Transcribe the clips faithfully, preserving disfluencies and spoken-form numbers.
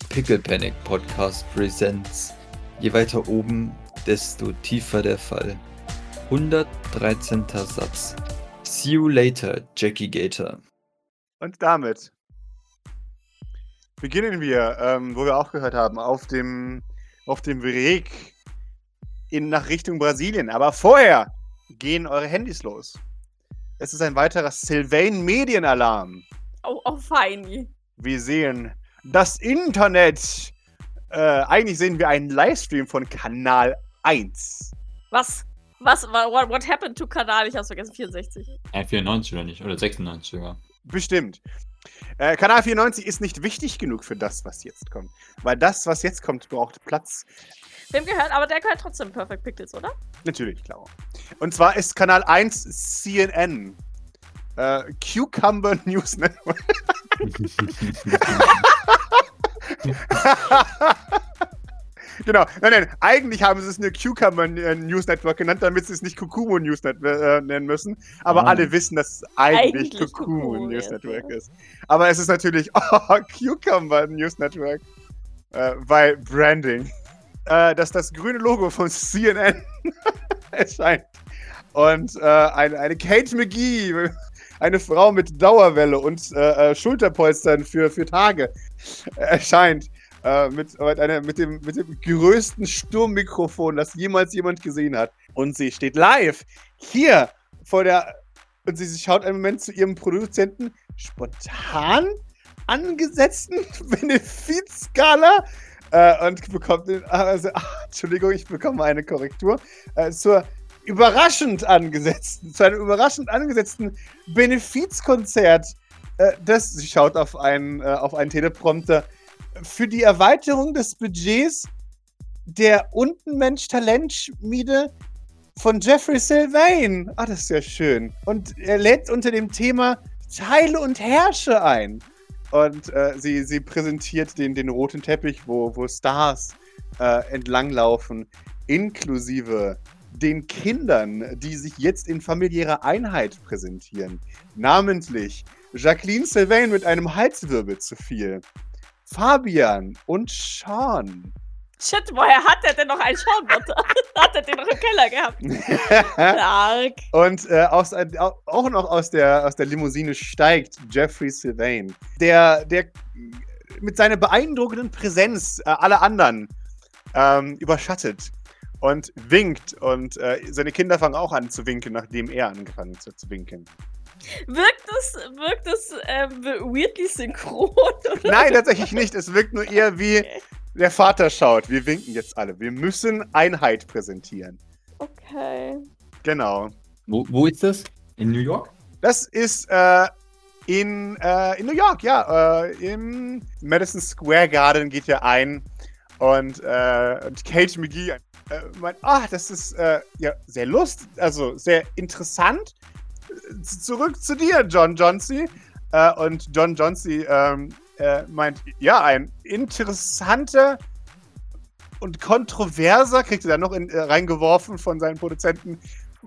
Pickle Panic Podcast Presents. Je weiter oben, desto tiefer der Fall. hundertdreizehnter Satz. See you later, Jackie Gator. Und damit beginnen wir, ähm, wo wir aufgehört haben, auf dem, auf dem Weg in, nach Richtung Brasilien. Aber vorher gehen eure Handys los. Es ist ein weiterer Sylvain Medienalarm. Oh, oh, feini. Wir sehen das Internet. Äh, eigentlich sehen wir einen Livestream von Kanal eins. Was? Was? What, what happened to Kanal? Ich hab's vergessen, vierundsechzig. Äh, vierundneunzig oder nicht? Oder sechsundneunzig sogar. Bestimmt. Äh, Kanal vierundneunzig ist nicht wichtig genug für das, was jetzt kommt. Weil das, was jetzt kommt, braucht Platz. Wem gehört? Aber der gehört trotzdem Perfect Pixels, oder? Natürlich, klar. Und zwar ist Kanal eins C N N. Äh, Cucumber News Network. Genau, nein, nein, eigentlich haben sie es nur Cucumber News Network genannt, damit sie es nicht Kukumo News Network äh, nennen müssen. Aber oh. alle wissen, dass es eigentlich, eigentlich Kukumo News Network ist. Aber es ist natürlich oh, Cucumber News Network. Äh, weil Branding. Äh, dass das grüne Logo von C N N erscheint. Und äh, eine, eine Kate McGee, eine Frau mit Dauerwelle und äh, Schulterpolstern für, für Tage, äh, erscheint. Äh, mit, mit, einer, mit, dem, mit dem größten Sturmmikrofon, das jemals jemand gesehen hat. Und sie steht live hier vor der. Und sie schaut einen Moment zu ihrem Produzenten spontan angesetzten Benefizskala äh, und bekommt den. Also, ach, Entschuldigung, ich bekomme eine Korrektur. Äh, zur überraschend angesetzten, zu einem überraschend angesetzten Benefizkonzert. Äh, das, sie schaut auf einen, äh, auf einen Teleprompter. Für die Erweiterung des Budgets der Untenmensch-Talentschmiede von Jeffrey Sylvain. Ah, das ist ja schön. Und er lädt unter dem Thema Teile und Herrsche ein. Und äh, sie, sie präsentiert den, den roten Teppich, wo, wo Stars äh, entlanglaufen, inklusive den Kindern, die sich jetzt in familiärer Einheit präsentieren. Namentlich Jacqueline Sylvain mit einem Halswirbel zu viel. Fabian und Sean. Shit, woher hat er denn noch einen Sean? Hat er den noch im Keller gehabt? Stark. Und äh, aus, auch noch aus der, aus der Limousine steigt Jeffrey Sylvain, der, der mit seiner beeindruckenden Präsenz äh, alle anderen ähm, überschattet und winkt. Und äh, seine Kinder fangen auch an zu winken, nachdem er angefangen hat zu winken. Wirkt es, wirkt es ähm, weirdly synchron? Oder? Nein, tatsächlich nicht. Es wirkt nur eher wie okay. Der Vater schaut. Wir winken jetzt alle. Wir müssen Einheit präsentieren. Okay. Genau. Wo, wo ist das? In New York? Das ist äh, in, äh, in New York, ja. Äh, Im Madison Square Garden geht er ein. Und, äh, und Kate McGee äh, meint, ah, das ist äh, ja sehr lustig, also sehr interessant. Zurück zu dir, John Johnsey. Äh, und John Johnsey ähm, äh, meint, ja, ein interessanter und kontroverser, kriegt er dann noch in, äh, reingeworfen von seinen Produzenten,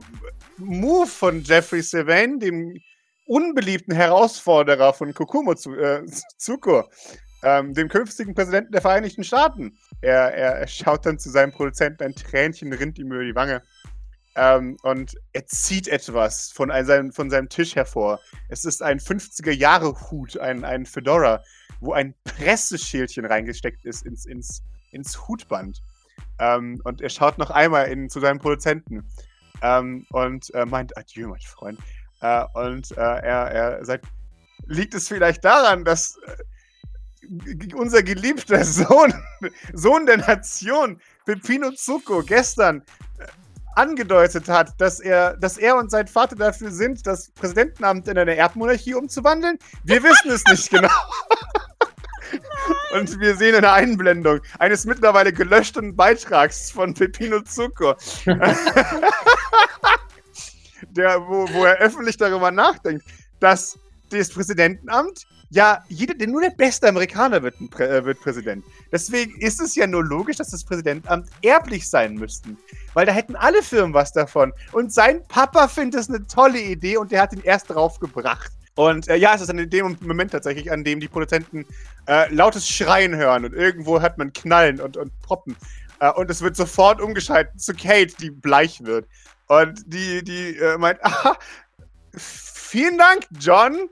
Move von Jeffrey Sylvain, dem unbeliebten Herausforderer von Kukumo äh, Tsuko, ähm, dem künftigen Präsidenten der Vereinigten Staaten. Er, er, er schaut dann zu seinem Produzenten, ein Tränchen rinnt ihm über die Wange. Ähm, und er zieht etwas von, ein, seinem, von seinem Tisch hervor. Es ist ein fünfziger-Jahre-Hut, ein, ein Fedora, wo ein Presseschildchen reingesteckt ist ins, ins, ins Hutband. Ähm, und er schaut noch einmal in, zu seinem Produzenten ähm, und äh, meint, adieu, mein Freund. Äh, und äh, er, er sagt, liegt es vielleicht daran, dass äh, unser geliebter Sohn, Sohn der Nation, Peppino Zucco, gestern äh, angedeutet hat, dass er, dass er und sein Vater dafür sind, das Präsidentenamt in eine Erbmonarchie umzuwandeln? Wir wissen es nicht genau. Und wir sehen eine Einblendung eines mittlerweile gelöschten Beitrags von Peppino Zucco, der, wo, wo er öffentlich darüber nachdenkt, dass das Präsidentenamt, ja, jeder, nur der beste Amerikaner wird, Prä- äh, wird Präsident. Deswegen ist es ja nur logisch, dass das Präsidentenamt erblich sein müssten. Weil da hätten alle Firmen was davon. Und sein Papa findet es eine tolle Idee und der hat ihn erst drauf gebracht. Und äh, ja, es ist in dem Moment tatsächlich, an dem die Produzenten äh, lautes Schreien hören und irgendwo hört man Knallen und, und Poppen. Äh, und es wird sofort umgeschaltet zu Kate, die bleich wird. Und die, die äh, meint, ah, vielen Dank, John.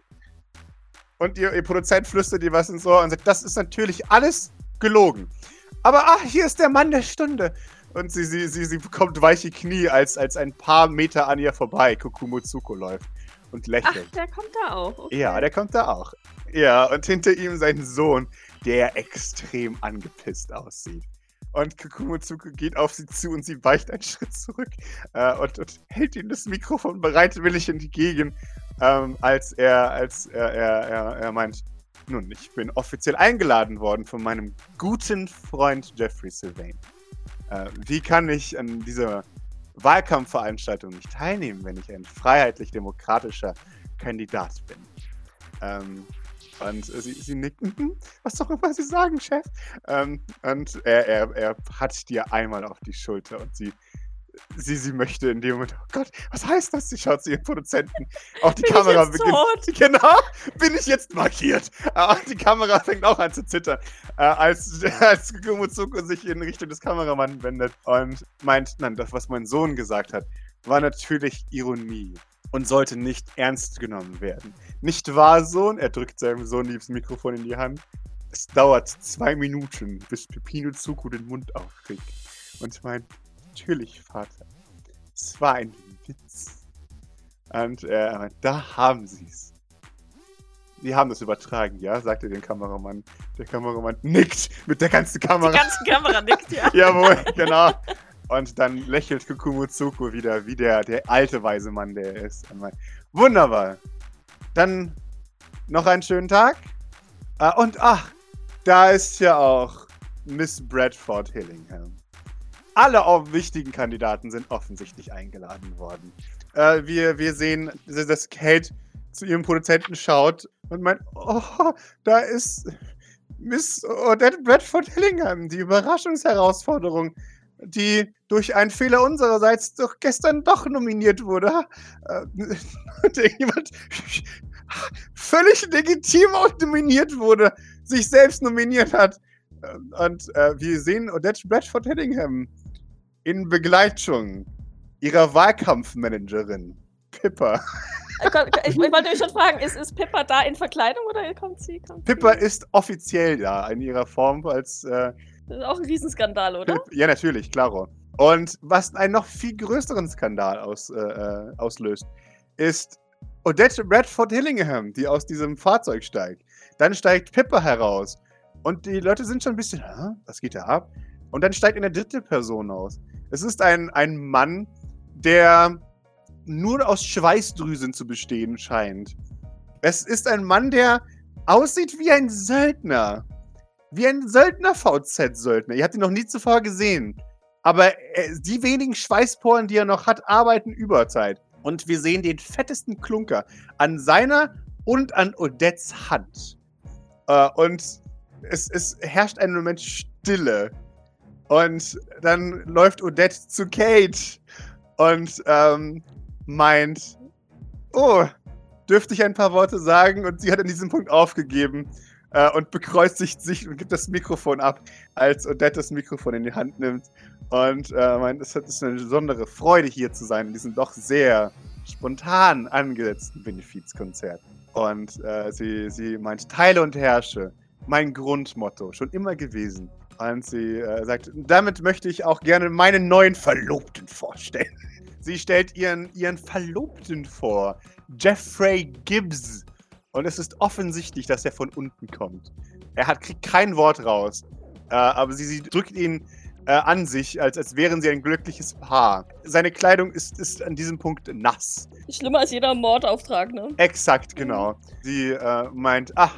Und ihr, ihr Produzent flüstert ihr was ins Ohr und sagt, das ist natürlich alles gelogen. Aber ach, hier ist der Mann der Stunde. Und sie, sie, sie, sie bekommt weiche Knie, als, als ein paar Meter an ihr vorbei Kokumotsuko läuft und lächelt. Ach, der kommt da auch. Okay. Ja, der kommt da auch. Ja, und hinter ihm sein Sohn, der extrem angepisst aussieht. Und Kokumotsuko geht auf sie zu und sie weicht einen Schritt zurück äh, und, und hält ihm das Mikrofon bereitwillig entgegen, ähm, als er, als er, er, er, er meint, nun, ich bin offiziell eingeladen worden von meinem guten Freund Jeffrey Sylvain. Äh, wie kann ich an dieser Wahlkampfveranstaltung nicht teilnehmen, wenn ich ein freiheitlich-demokratischer Kandidat bin? Ähm, und sie, sie nickt, mhm, was auch immer Sie sagen, Chef. Ähm, und er, er, er hat dir einmal auf die Schulter und sie, sie, sie möchte in dem Moment, oh Gott, was heißt das? Sie schaut zu ihren Produzenten. Auch die Bin Kamera ich jetzt beginnt. tot? Genau, bin ich jetzt markiert. Äh, die Kamera fängt auch an zu zittern, äh, als, als Kokumotsuko sich in Richtung des Kameramanns wendet und meint, nein, das, was mein Sohn gesagt hat, war natürlich Ironie und sollte nicht ernst genommen werden. Nicht wahr, Sohn? Er drückt seinem Sohn das Mikrofon in die Hand. Es dauert zwei Minuten, bis Pepino Zuko den Mund aufkriegt und meint, natürlich, Vater, es war ein Witz. Und er meint, da haben Sie's. Die haben das übertragen, ja, sagt er den Kameramann. Der Kameramann nickt mit der ganzen Kamera. Die ganze Kamera nickt, ja. Jawohl, genau. Und dann lächelt Kokumotsuko wieder, wie der, der alte weise Mann, der er ist. Und meint, wunderbar. Dann noch einen schönen Tag. Äh, und ach, da ist ja auch Miss Bradford Hillingham. Alle auch wichtigen Kandidaten sind offensichtlich eingeladen worden. Äh, wir, wir sehen, dass Kate zu ihrem Produzenten schaut und meint, oh, da ist Miss Odette Bradford Hillingham, die Überraschungsherausforderung, die durch einen Fehler unsererseits doch gestern doch nominiert wurde. Äh, und jemand völlig legitim auch nominiert wurde, sich selbst nominiert hat. Und äh, wir sehen Odette Bradford Hillingham in Begleitung ihrer Wahlkampfmanagerin, Pippa. Ich, ich wollte mich schon fragen, ist, ist Pippa da in Verkleidung oder kommt sie? Kommt Pippa sie? ist offiziell da in ihrer Form als... Äh, Das ist auch ein Riesenskandal, oder? Pip ja, natürlich, klaro. Und was einen noch viel größeren Skandal aus, äh, auslöst, ist Odette Bradford Hillingham, die aus diesem Fahrzeug steigt. Dann steigt Pippa heraus. Und die Leute sind schon ein bisschen, hä? Was geht da ab? Und dann steigt eine dritte Person aus. Es ist ein, ein Mann, der nur aus Schweißdrüsen zu bestehen scheint. Es ist ein Mann, der aussieht wie ein Söldner. Wie ein Söldner-V Z-Söldner. Ihr habt ihn noch nie zuvor gesehen. Aber äh, die wenigen Schweißporen, die er noch hat, arbeiten Überzeit. Und wir sehen den fettesten Klunker an seiner und an Odettes Hand. Äh, und es, es herrscht einen Moment Stille. Und dann läuft Odette zu Kate und ähm, meint, oh, dürfte ich ein paar Worte sagen? Und sie hat an diesem Punkt aufgegeben äh, und bekreuzigt sich und gibt das Mikrofon ab, als Odette das Mikrofon in die Hand nimmt. Und äh, meint, es ist eine besondere Freude, hier zu sein in diesem doch sehr spontan angesetzten Benefizkonzert. Und äh, sie, sie meint, teile und herrsche. Mein Grundmotto, schon immer gewesen. Und sie äh, sagt, damit möchte ich auch gerne meinen neuen Verlobten vorstellen. Sie stellt ihren, ihren Verlobten vor, Jeffrey Gibbs. Und es ist offensichtlich, dass er von unten kommt. Er hat, kriegt kein Wort raus. Äh, aber sie, sie drückt ihn äh, an sich, als, als wären sie ein glückliches Paar. Seine Kleidung ist, ist an diesem Punkt nass. Schlimmer als jeder Mordauftrag, ne? Exakt, genau. Sie äh, meint, ach,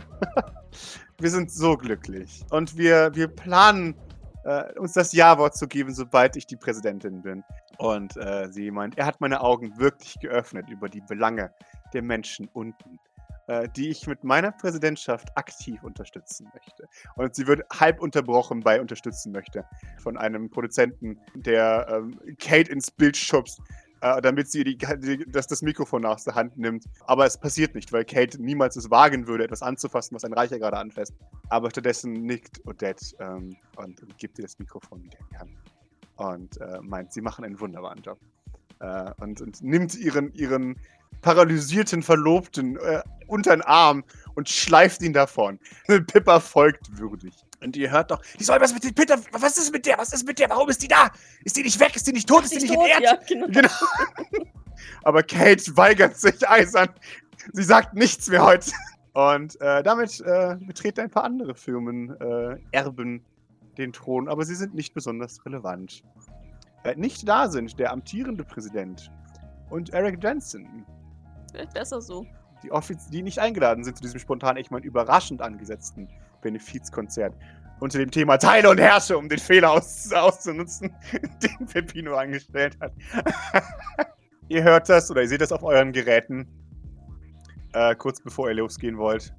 wir sind so glücklich. Und wir, wir planen, äh, uns das Ja-Wort zu geben, sobald ich die Präsidentin bin. Und äh, sie meint, er hat meine Augen wirklich geöffnet über die Belange der Menschen unten, äh, die ich mit meiner Präsidentschaft aktiv unterstützen möchte. Und sie wird halb unterbrochen bei unterstützen möchte von einem Produzenten, der ähm, Kate ins Bild schubst. äh, damit sie die, die, das, das Mikrofon aus der Hand nimmt. Aber es passiert nicht, weil Kate niemals es wagen würde, etwas anzufassen, was ein Reicher gerade anfasst. Aber stattdessen nickt Odette ähm, und, und gibt ihr das Mikrofon wieder in die Hand. Und äh, meint, sie machen einen wunderbaren Job. Äh, und, und nimmt ihren, ihren paralysierten Verlobten äh, unter den Arm und schleift ihn davon. Pippa folgt würdig. Und ihr hört doch, die soll was mit dem Peter, was ist mit der, was ist mit der, warum ist die da? Ist die nicht weg, ist die nicht tot, ist die nicht tot, entehrt? ja, genau. Genau. Aber Kate weigert sich eisern. Sie sagt nichts mehr heute. Und äh, damit äh, betreten ein paar andere Firmen, äh, Erben den Thron, aber sie sind nicht besonders relevant. Äh, nicht da sind der amtierende Präsident und Eric Jensen, Vielleicht besser so. die, offiz die nicht eingeladen sind zu diesem spontan, ich meine, überraschend angesetzten Benefizkonzert unter dem Thema Teile und Herrsche, um den Fehler aus auszunutzen, den Peppino angestellt hat. Ihr hört das oder ihr seht das auf euren Geräten, äh, kurz bevor ihr losgehen wollt.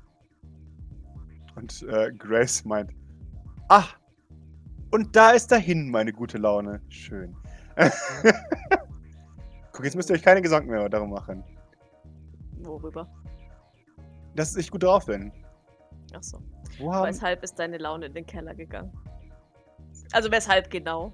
Und äh, Grace meint, ach, und da ist dahin meine gute Laune. Schön. Guck, jetzt müsst ihr euch keine Gedanken mehr darum machen. Worüber? Dass ich gut drauf bin. Achso. Wo haben... Weshalb ist deine Laune in den Keller gegangen? Also weshalb genau?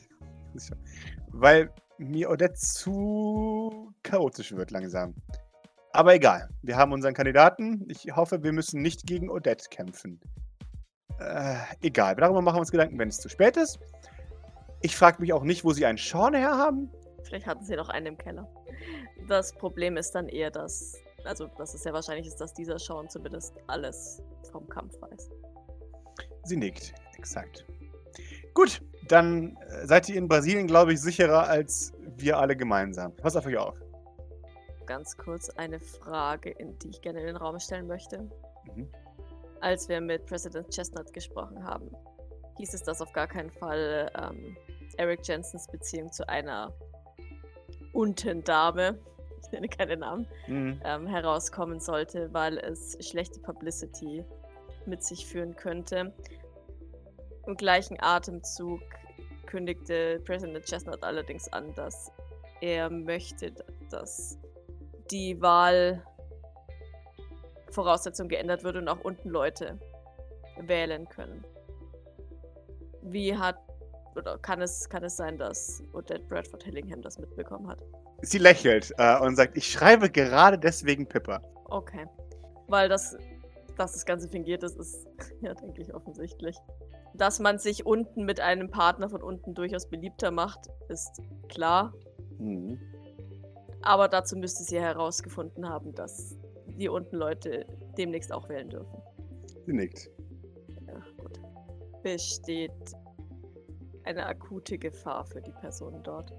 Weil mir Odette zu chaotisch wird langsam. Aber egal. Wir haben unseren Kandidaten. Ich hoffe, wir müssen nicht gegen Odette kämpfen. Äh, egal. Darüber machen wir uns Gedanken, wenn es zu spät ist. Ich frage mich auch nicht, wo sie einen Sean her haben. Vielleicht hatten sie noch einen im Keller. Das Problem ist dann eher, dass, also dass es sehr wahrscheinlich ist, dass dieser Sean zumindest alles vom Kampf weiß. Sie nickt. Exakt. Gut, dann äh, seid ihr in Brasilien, glaube ich, sicherer als wir alle gemeinsam. Pass auf euch auf. Ganz kurz eine Frage, in die ich gerne in den Raum stellen möchte. Mhm. Als wir mit Präsident Chestnut gesprochen haben, hieß es, dass auf gar keinen Fall ähm, Eric Jensens Beziehung zu einer Untendame, ich nenne keine Namen, Mhm. ähm, herauskommen sollte, weil es schlechte Publicity mit sich führen könnte. Im gleichen Atemzug kündigte Präsident Chestnut allerdings an, dass er möchte, dass die Wahlvoraussetzung geändert wird und auch unten Leute wählen können. Wie hat, oder kann es, kann es sein, dass Odette Bradford Hillingham das mitbekommen hat? Sie lächelt äh, und sagt, ich schreibe gerade deswegen Pippa. Okay. Weil das, dass das Ganze fingiert ist, ist ja, denke ich, offensichtlich. Dass man sich unten mit einem Partner von unten durchaus beliebter macht, ist klar. Mhm. Aber dazu müsste sie herausgefunden haben, dass die unten Leute demnächst auch wählen dürfen. Sie nickt. Ja, gut. Besteht eine akute Gefahr für die Personen dort?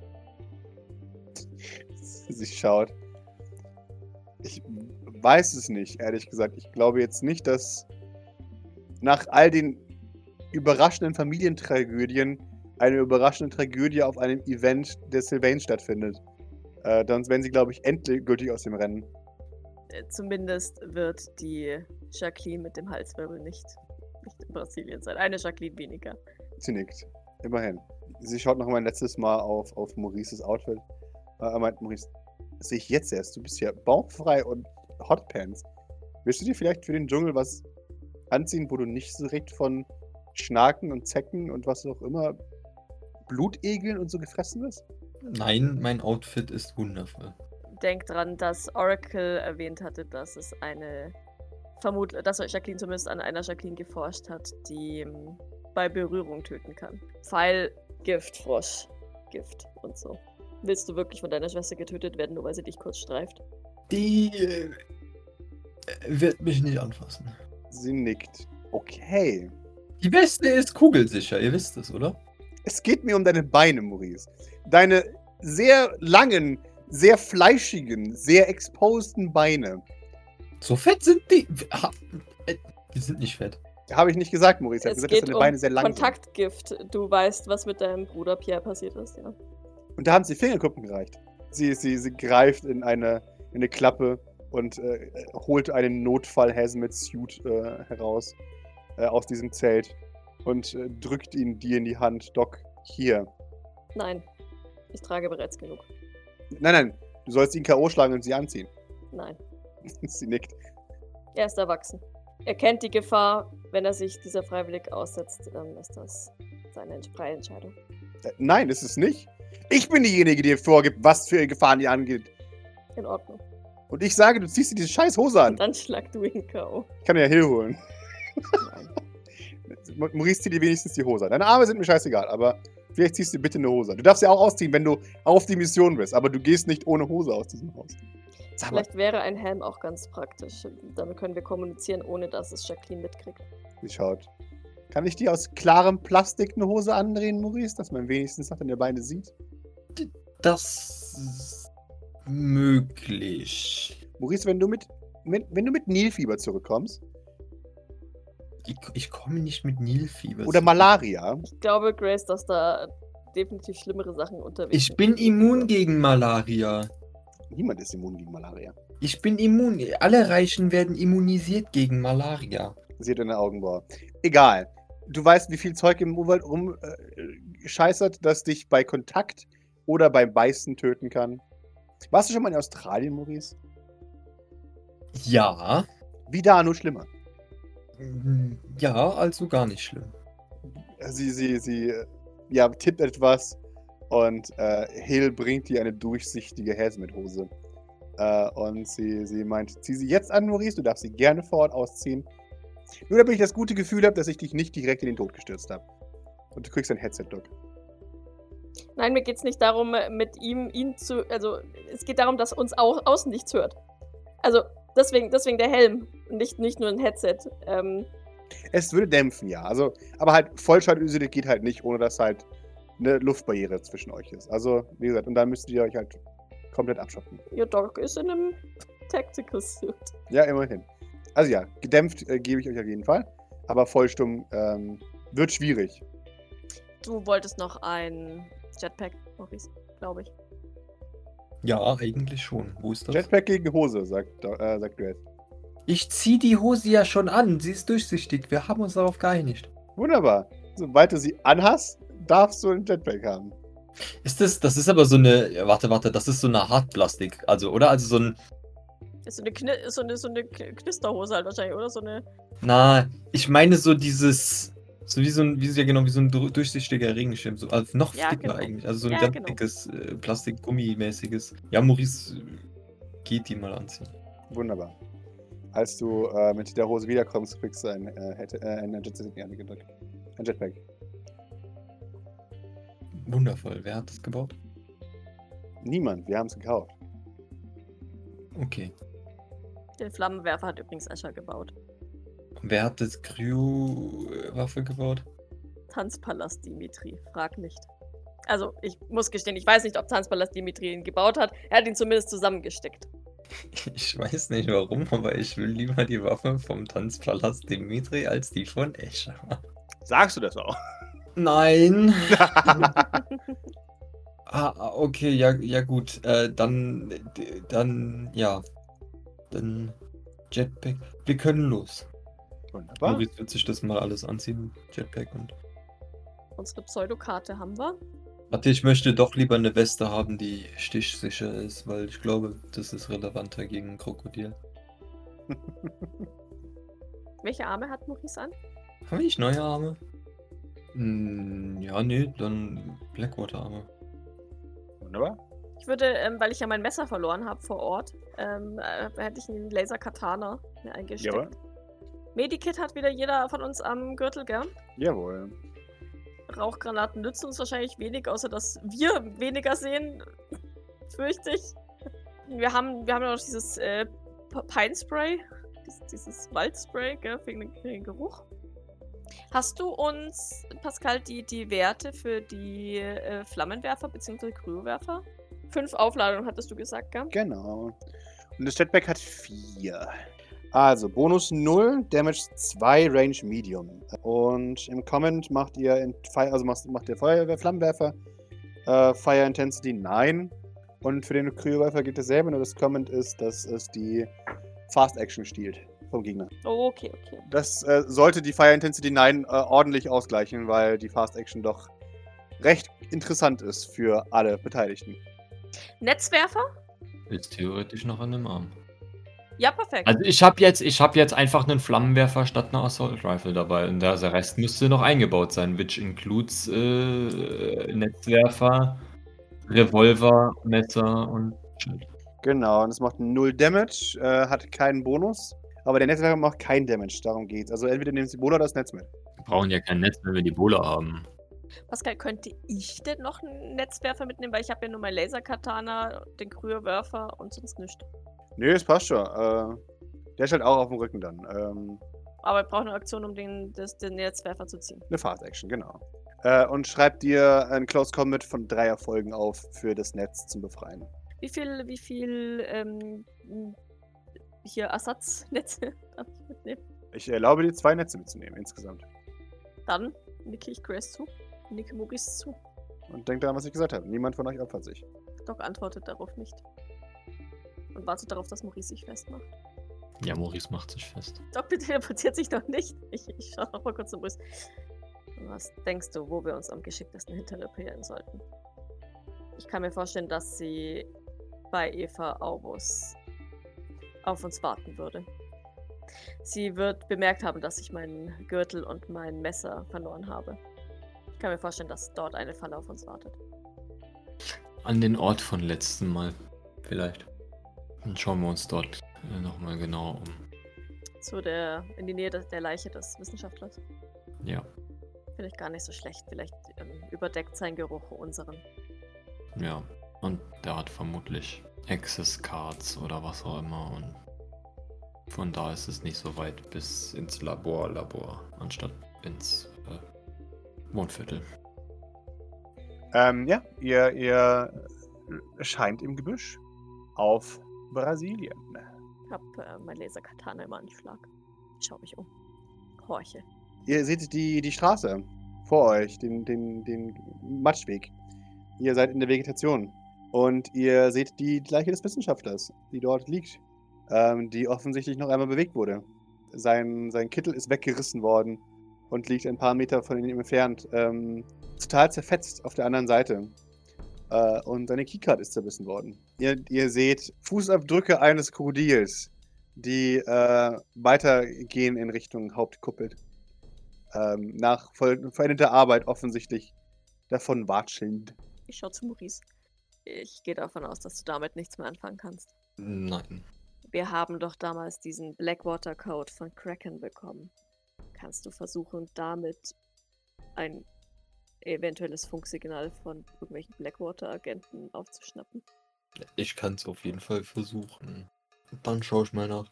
Sie schaut. Ich weiß es nicht, ehrlich gesagt. Ich glaube jetzt nicht, dass nach all den überraschenden Familientragödien eine überraschende Tragödie auf einem Event der Sylvain stattfindet. Äh, sonst wären sie, glaube ich, endgültig aus dem Rennen. Äh, Zumindest wird die Jacqueline mit dem Halswirbel nicht, nicht in Brasilien sein. Eine Jacqueline weniger. Sie nickt. Immerhin. Sie schaut noch mal ein letztes Mal auf, auf Maurices Outfit. Äh, er meint, Maurice, das sehe ich jetzt erst. Du bist ja bauchfrei und Hotpants. Willst du dir vielleicht für den Dschungel was anziehen, wo du nicht so direkt von Schnaken und Zecken und was auch immer, Blutegeln und so gefressen wirst? Nein, mein Outfit ist wundervoll. Denkt dran, dass Oracle erwähnt hatte, dass es eine vermutlich, dass Jacqueline zumindest an einer Jacqueline geforscht hat, die ähm, bei Berührung töten kann. Pfeil, Gift, Frosch, Gift und so. Willst du wirklich von deiner Schwester getötet werden, nur weil sie dich kurz streift? Die äh, wird mich nicht anfassen. Sie nickt. Okay. Die Weste ist kugelsicher, ihr wisst es, oder? Es geht mir um deine Beine, Maurice. Deine sehr langen, sehr fleischigen, sehr exposten Beine. So fett sind die. Ha, äh, die sind nicht fett. Habe ich nicht gesagt, Maurice. Ich habe Es gesagt, dass geht deine um Beine sehr lang sind. Kontaktgift. Du weißt, was mit deinem Bruder Pierre passiert ist, ja. Und da haben sie Fingerkuppen gereicht. Sie, sie, sie greift in eine, in eine Klappe und äh, holt einen Notfall-Hazmat-Suit äh, heraus äh, aus diesem Zelt und äh, drückt ihn dir in die Hand. Doc, hier. Nein. Ich trage bereits genug. Nein, nein, du sollst ihn K O schlagen und sie anziehen. Nein. Sie nickt. Er ist erwachsen. Er kennt die Gefahr. Wenn er sich dieser freiwillig aussetzt, ähm, ist das seine freie Entscheidung. Äh, nein, ist es nicht. Ich bin diejenige, die vorgibt, was für Gefahren ihr angeht. In Ordnung. Und ich sage, du ziehst dir diese scheiß Hose an. Und dann schlag du ihn K O. Ich kann dir ja Hill holen. Nein. Maurice, zieh dir wenigstens die Hose an. Deine Arme sind mir scheißegal, aber vielleicht ziehst du dir bitte eine Hose an. Du darfst sie auch ausziehen, wenn du auf die Mission bist, aber du gehst nicht ohne Hose aus diesem Haus. Sag mal, Vielleicht wäre ein Helm auch ganz praktisch. Damit können wir kommunizieren, ohne dass es Jacqueline mitkriegt. wie schaut. Kann ich dir aus klarem Plastik eine Hose andrehen, Maurice, dass man wenigstens noch deine Beine sieht? Das ist möglich. Maurice, wenn du mit, mit, wenn du mit Nilfieber zurückkommst, Ich, ich komme nicht mit Nilfieber. oder Malaria, Ich glaube, Grace, dass da definitiv schlimmere Sachen unterwegs Ich sind. bin immun gegen Malaria. niemand ist immun gegen Malaria. Ich bin immun. Alle Reichen werden immunisiert gegen Malaria. Sie hat eine Augenbraue. Egal. Du weißt, wie viel Zeug im Urwald rumscheißert, äh, das dich bei Kontakt oder beim Beißen töten kann. Warst du schon mal in Australien, Maurice? Ja. Wie da, nur schlimmer. Ja, also gar nicht schlimm. Sie, sie, sie, äh, ja, tippt etwas und äh, Hill bringt dir eine durchsichtige Hazmat-Hose. Äh, und sie, sie meint, zieh sie jetzt an, Maurice, du darfst sie gerne vor Ort ausziehen. Nur damit ich das gute Gefühl habe, dass ich dich nicht direkt in den Tod gestürzt habe. Und du kriegst ein Headset-Dock. Nein, mir geht es nicht darum, mit ihm, ihn zu. Also, es geht darum, dass uns auch außen nichts hört. Also, deswegen, deswegen der Helm. Nicht, nicht nur ein Headset. Ähm, Es würde dämpfen, ja. Also, aber halt Vollschallöside geht halt nicht, ohne dass halt eine Luftbarriere zwischen euch ist. Also, wie gesagt, und dann müsstet ihr euch halt komplett abschotten. Your Dog ist in einem Tactical Suit. Ja, immerhin. Also ja, gedämpft äh, gebe ich euch auf jeden Fall. Aber vollstumm ähm, wird schwierig. Du wolltest noch ein Jetpack, Maurice, glaube ich. Ja, eigentlich schon. Wo ist das? Jetpack gegen Hose, sagt, äh, sagt Grace. Ich zieh die Hose ja schon an. Sie ist durchsichtig. Wir haben uns darauf geeinigt. Wunderbar. Sobald du sie anhast, darfst du ein Jetpack haben. Ist das, das ist aber so eine, warte, warte, das ist so eine Hartplastik, also, oder? Also so ein, Ist so eine, Kni ist so eine, so eine Knisterhose halt wahrscheinlich, oder? So eine. na, ich meine so dieses, so wie so ein, wie ja genau, wie so ein du- durchsichtiger Regenschirm, so, also noch Ja, dicker genau. eigentlich, also so ein Ja, ganz genau. dickes äh, Plastikgummimäßiges. Ja, Maurice, äh, geht die mal anziehen. Wunderbar. Als du äh, mit der Hose wiederkommst, kriegst du ein, äh, Head- äh, ein, Jet ein Jetpack. Wundervoll. Wer hat das gebaut? Niemand, wir haben es gekauft. Okay. Den Flammenwerfer hat übrigens Escher gebaut. Wer hat das Kryo-Waffe gebaut? Tanzpalast Dimitri, frag nicht. Also, ich muss gestehen, ich weiß nicht, ob Tanzpalast Dimitri ihn gebaut hat. Er hat ihn zumindest zusammengesteckt. Ich weiß nicht warum, aber ich will lieber die Waffe vom Tanzpalast Dimitri als die von Escher. Sagst du das auch? Nein. Ah, okay, ja, ja gut. Äh, dann, d- dann, ja. Dann Jetpack. Wir können los. Wunderbar. Maurice wird sich das mal alles anziehen. Jetpack und. Unsere Pseudokarte haben wir. Warte, ich möchte doch lieber eine Weste haben, die stichsicher ist, weil ich glaube, das ist relevanter gegen ein Krokodil. Welche Arme hat Maurice an? Habe ich neue Arme? Hm, ja, nee, dann Blackwater-Arme. Wunderbar. Ich würde, ähm, weil ich ja mein Messer verloren habe vor Ort, ähm, äh, hätte ich einen Laser-Katana mir eingesteckt. Jawohl. Medikit hat wieder jeder von uns am Gürtel, gell? Jawohl. Rauchgranaten nützen uns wahrscheinlich wenig, außer dass wir weniger sehen, fürchte ich. Wir haben, wir haben ja noch dieses äh, P- Pine-Spray, dieses, dieses Waldspray, gell, wegen dem, wegen dem Geruch. Hast du uns, Pascal, die, die Werte für die äh, Flammenwerfer bzw. Kryowerfer? Fünf Aufladungen, hattest du gesagt, gell? Genau. Und das Jetpack hat vier. Also, Bonus null, Damage zwei, Range Medium. Und im Comment macht ihr, in Fire, also macht, macht der Feuerwehr Flammenwerfer äh, Fire Intensity neun. Und für den Kryowerfer geht dasselbe, nur das Comment ist, dass es die Fast Action stiehlt vom Gegner. Oh, okay, okay. Das äh, sollte die Fire Intensity neun äh, ordentlich ausgleichen, weil die Fast Action doch recht interessant ist für alle Beteiligten. Netzwerfer? Ist theoretisch noch an dem Arm. Ja, perfekt. Also ich habe jetzt, ich habe jetzt einfach einen Flammenwerfer statt einer Assault Rifle dabei und der Rest müsste noch eingebaut sein, which includes äh, Netzwerfer, Revolver, Messer und Schild. Genau, und es macht null Damage, äh, hat keinen Bonus, aber der Netzwerker macht keinen Damage, darum geht's. Also entweder nehmen Sie die Bola oder das Netz mit. Wir brauchen ja kein Netz, wenn wir die Bola haben. Pascal, könnte ich denn noch einen Netzwerfer mitnehmen? Weil ich habe ja nur mein Laserkatana, den Krüherwerfer und sonst nichts. Nö, es passt schon. Äh, der ist halt auch auf dem Rücken dann. Ähm, Aber ich brauche eine Aktion, um den, das, den Netzwerfer zu ziehen. eine Fast-Action, genau. Äh, und schreib dir ein Close Combat von drei Erfolgen auf für das Netz zum Befreien. Wie viel, wie viel, ähm, hier Ersatznetze darf ich mitnehmen? Ich erlaube dir, zwei Netze mitzunehmen insgesamt. Dann nicke ich Grace zu, nicke Maurice zu. Und denkt daran, was ich gesagt habe. Niemand von euch opfert sich. Doc antwortet darauf nicht. Und wartet darauf, dass Maurice sich festmacht. Ja, Maurice macht sich fest. Doc, bitte teleportiert sich doch nicht. Ich, ich schau noch mal kurz zu Maurice. Was denkst du, wo wir uns am geschicktesten hinterreparieren sollten? Ich kann mir vorstellen, dass sie bei Eva Aubus auf uns warten würde. Sie wird bemerkt haben, dass ich meinen Gürtel und mein Messer verloren habe. Ich kann mir vorstellen, dass dort eine Falle auf uns wartet. An den Ort von letzten Mal, vielleicht. Dann schauen wir uns dort äh, nochmal genau um. Zu der, in die Nähe der, der Leiche des Wissenschaftlers. Ja, Finde ich gar nicht so schlecht. Vielleicht ähm, überdeckt sein Geruch unseren. ja. Und der hat vermutlich Access Cards oder was auch immer und von da ist es nicht so weit bis ins Labor, Labor, anstatt ins äh, Mondviertel. Ähm, ja, ihr, ihr scheint im Gebüsch auf Brasilien. Ich hab äh, mein Laserkatana im Anschlag. Schau mich um. Horche. Ihr seht die, die Straße vor euch, den, den, den Matschweg. Ihr seid in der Vegetation. Und ihr seht die Leiche des Wissenschaftlers, die dort liegt. Ähm, die offensichtlich noch einmal bewegt wurde. Sein, sein Kittel ist weggerissen worden und liegt ein paar Meter von ihm entfernt. Ähm, total zerfetzt auf der anderen Seite. Äh, und seine Keycard ist zerbissen worden. Ihr, ihr seht Fußabdrücke eines Krokodils, die äh, weitergehen in Richtung Hauptkuppel. Ähm, nach voll- vollendeter Arbeit offensichtlich davon watschelnd. Ich schau zu Maurice. Ich gehe davon aus, dass du damit nichts mehr anfangen kannst. Nein. Wir haben doch damals diesen Blackwater Code von Kraken bekommen. Kannst du versuchen, damit ein eventuelles Funksignal von irgendwelchen Blackwater-Agenten aufzuschnappen? Ich kann es auf jeden Fall versuchen. Dann schaue ich mal nach.